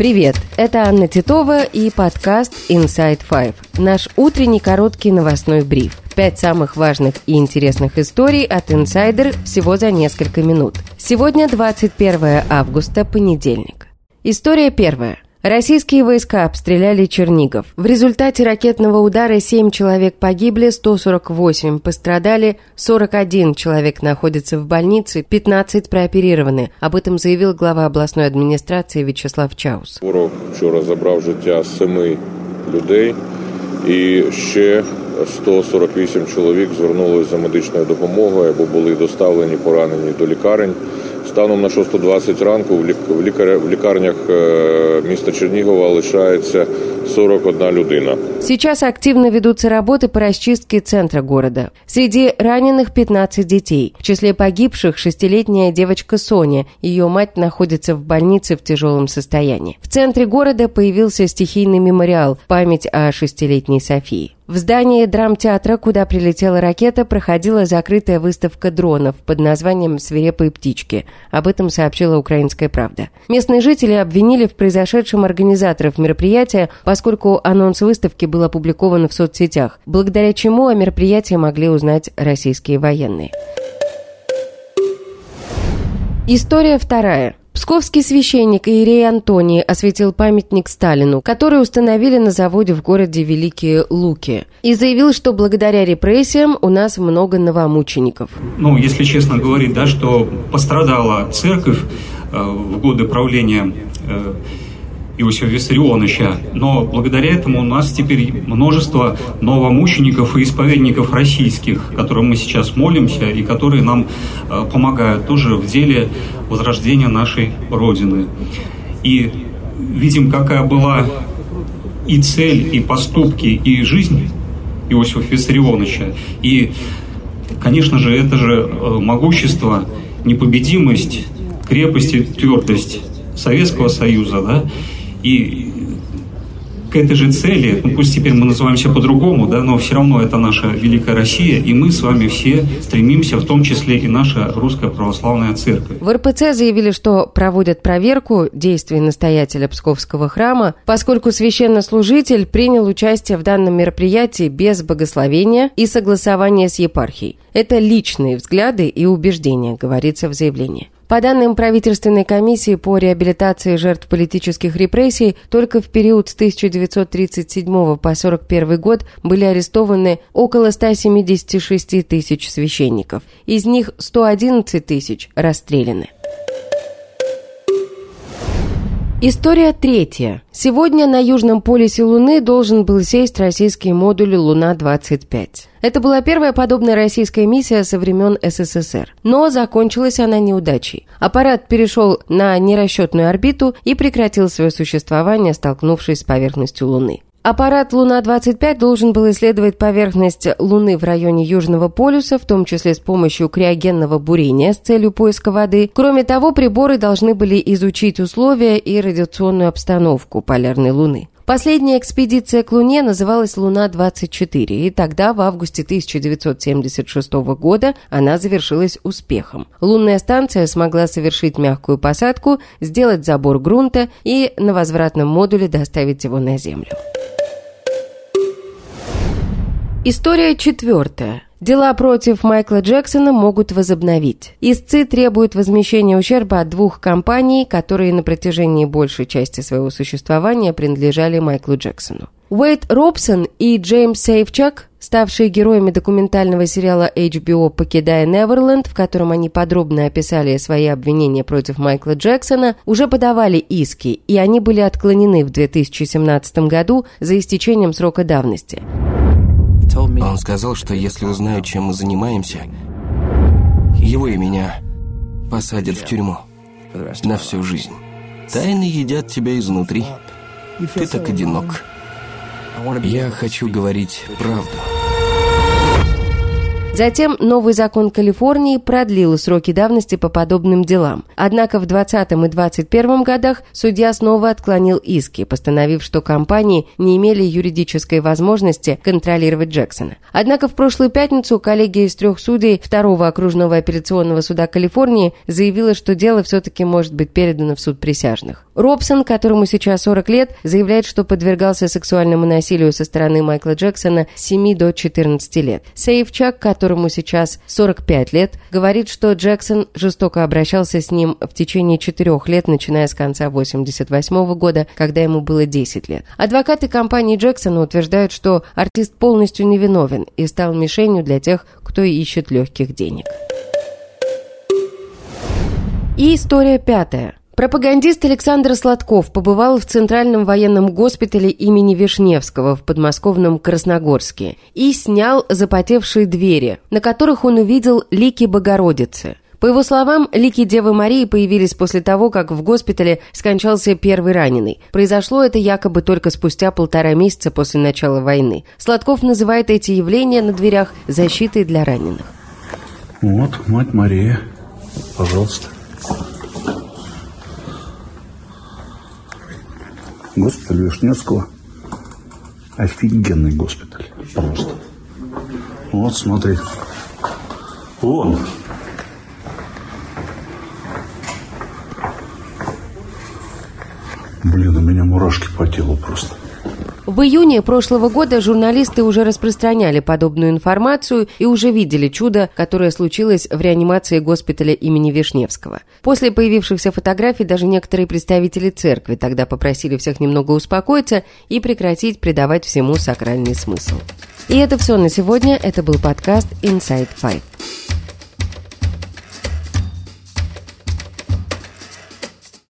Привет, это Анна Титова и подкаст Inside Five, наш утренний короткий новостной бриф. 5 самых важных и интересных историй от Insider всего за несколько минут. Сегодня 21 августа, понедельник. История первая. Российские войска обстреляли Чернигов. В результате ракетного удара 7 человек погибли, 148 пострадали, 41 человек находятся в больнице, 15 прооперированы. Об этом заявил глава обласной адміністрації В'ячеслав Чаус. Ворог вчора забрав життя 7 людей і ще 148 чоловік звернулись за медичною допомогою або були доставлені поранені до лікарень. Станом на 6:20 ранку в лікарнях міста Чернігова лишається 41 людина. Сейчас активно ведутся работы по расчистке центра города. Среди раненых 15 детей. В числе погибших 6-летняя девочка Соня. Ее мать находится в больнице в тяжелом состоянии. В центре города появился стихийный мемориал в память о 6-летней Софии. В здании драмтеатра, куда прилетела ракета, проходила закрытая выставка дронов под названием «Свирепые птички». Об этом сообщила «Украинская правда». Местные жители обвинили в произошедшем организаторов мероприятия, поскольку анонс выставки был опубликован в соцсетях, благодаря чему о мероприятии могли узнать российские военные. История вторая. Псковский священник Иерей Антоний осветил памятник Сталину, который установили на заводе в городе Великие Луки, и заявил, что благодаря репрессиям у нас много новомучеников. Если честно говорить, что пострадала церковь в годы правления Иосифа Виссарионовича, но благодаря этому у нас теперь множество новомучеников и исповедников российских, которым мы сейчас молимся и которые нам помогают тоже в деле возрождения нашей Родины. И видим, какая была и цель, и поступки, и жизнь Иосифа Виссарионовича. И, конечно же, это же могущество, непобедимость, крепость и твердость Советского Союза, И к этой же цели, пусть теперь мы называемся по-другому, но все равно это наша великая Россия, и мы с вами все стремимся, в том числе и наша Русская Православная Церковь. В РПЦ заявили, что проводят проверку действий настоятеля Псковского храма, поскольку священнослужитель принял участие в данном мероприятии без богословения и согласования с епархией. Это личные взгляды и убеждения, говорится в заявлении. По данным правительственной комиссии по реабилитации жертв политических репрессий, только в период с 1937 по 1941 год были арестованы около 176 тысяч священников. Из них 111 тысяч расстреляны. История третья. Сегодня на южном полюсе Луны должен был сесть российский модуль «Луна-25». Это была первая подобная российская миссия со времен СССР. Но закончилась она неудачей. Аппарат перешел на нерасчетную орбиту и прекратил свое существование, столкнувшись с поверхностью Луны. Аппарат «Луна-25» должен был исследовать поверхность Луны в районе Южного полюса, в том числе с помощью криогенного бурения с целью поиска воды. Кроме того, приборы должны были изучить условия и радиационную обстановку полярной Луны. Последняя экспедиция к Луне называлась «Луна-24», и тогда, в августе 1976 года, она завершилась успехом. Лунная станция смогла совершить мягкую посадку, сделать забор грунта и на возвратном модуле доставить его на Землю. История четвертая. Дела против Майкла Джексона могут возобновить. Истцы требуют возмещения ущерба от 2 компаний, которые на протяжении большей части своего существования принадлежали Майклу Джексону. Уэйд Робсон и Джеймс Сейфчак, ставшие героями документального сериала HBO «Покидая Неверленд», в котором они подробно описали свои обвинения против Майкла Джексона, уже подавали иски, и они были отклонены в 2017 году за истечением срока давности. Он сказал, что если узнают, чем мы занимаемся, его и меня посадят в тюрьму на всю жизнь. Тайны едят тебя изнутри. Ты так одинок. Я хочу говорить правду. Затем новый закон Калифорнии продлил сроки давности по подобным делам. Однако в 2020 и 2021 годах судья снова отклонил иски, постановив, что компании не имели юридической возможности контролировать Джексона. Однако в прошлую пятницу коллегия из 3 судей 2-го окружного апелляционного суда Калифорнии заявила, что дело все-таки может быть передано в суд присяжных. Робсон, которому сейчас 40 лет, заявляет, что подвергался сексуальному насилию со стороны Майкла Джексона с 7 до 14 лет. Сейфчак, которому сейчас 45 лет, говорит, что Джексон жестоко обращался с ним в течение 4 лет, начиная с конца 1988 года, когда ему было 10 лет. Адвокаты компании Джексона утверждают, что артист полностью невиновен и стал мишенью для тех, кто ищет легких денег. И история 5. Пропагандист Александр Сладков побывал в Центральном военном госпитале имени Вишневского в подмосковном Красногорске и снял запотевшие двери, на которых он увидел лики Богородицы. По его словам, лики Девы Марии появились после того, как в госпитале скончался первый раненый. Произошло это якобы только спустя 1,5 месяца после начала войны. Сладков называет эти явления на дверях защитой для раненых. Вот, Мать Мария, пожалуйста. Госпиталь Вишневского. Офигенный госпиталь. Просто. Вот, смотри. Вон. Блин, у меня мурашки по телу просто. В июне прошлого года журналисты уже распространяли подобную информацию и уже видели чудо, которое случилось в реанимации госпиталя имени Вишневского. После появившихся фотографий даже некоторые представители церкви тогда попросили всех немного успокоиться и прекратить придавать всему сакральный смысл. И это все на сегодня. Это был подкаст Inside Fight.